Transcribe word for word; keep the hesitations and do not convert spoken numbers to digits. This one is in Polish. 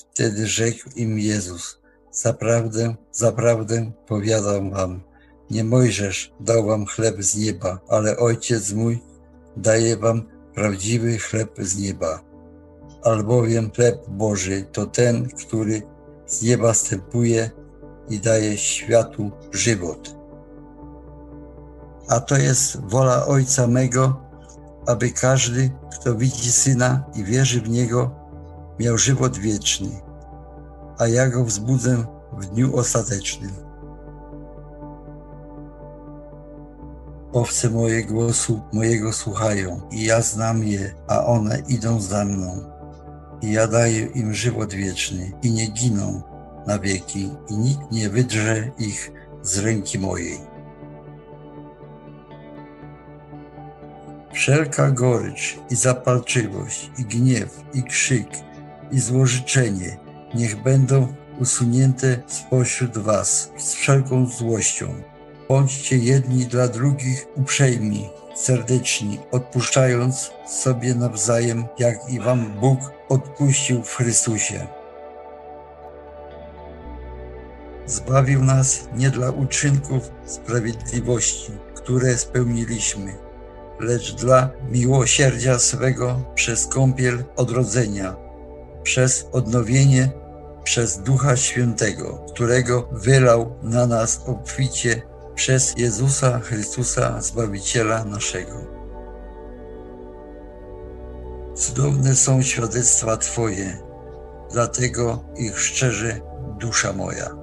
Wtedy rzekł im Jezus: Zaprawdę, zaprawdę powiadam wam, nie Mojżesz dał wam chleb z nieba, ale Ojciec mój daje wam prawdziwy chleb z nieba. Albowiem chleb Boży to ten, który z nieba zstępuje i daje światu żywot. A to jest wola Ojca mego, aby każdy, kto widzi Syna i wierzy w Niego, miał żywot wieczny, a ja go wzbudzę w dniu ostatecznym. Owce moje głosu mojego słuchają i ja znam je, a one idą za mną. I ja daję im żywot wieczny i nie giną na wieki i nikt nie wydrze ich z ręki mojej. Wszelka gorycz i zapalczywość i gniew i krzyk i złożyczenie niech będą usunięte spośród was z wszelką złością. Bądźcie jedni dla drugich uprzejmi, serdeczni, odpuszczając sobie nawzajem, jak i wam Bóg odpuścił w Chrystusie. Zbawił nas nie dla uczynków sprawiedliwości, które spełniliśmy, lecz dla miłosierdzia swego przez kąpiel odrodzenia, przez odnowienie przez Ducha Świętego, którego wylał na nas obficie przez Jezusa Chrystusa, Zbawiciela naszego. Cudowne są świadectwa Twoje, dlatego ich szczerze dusza moja.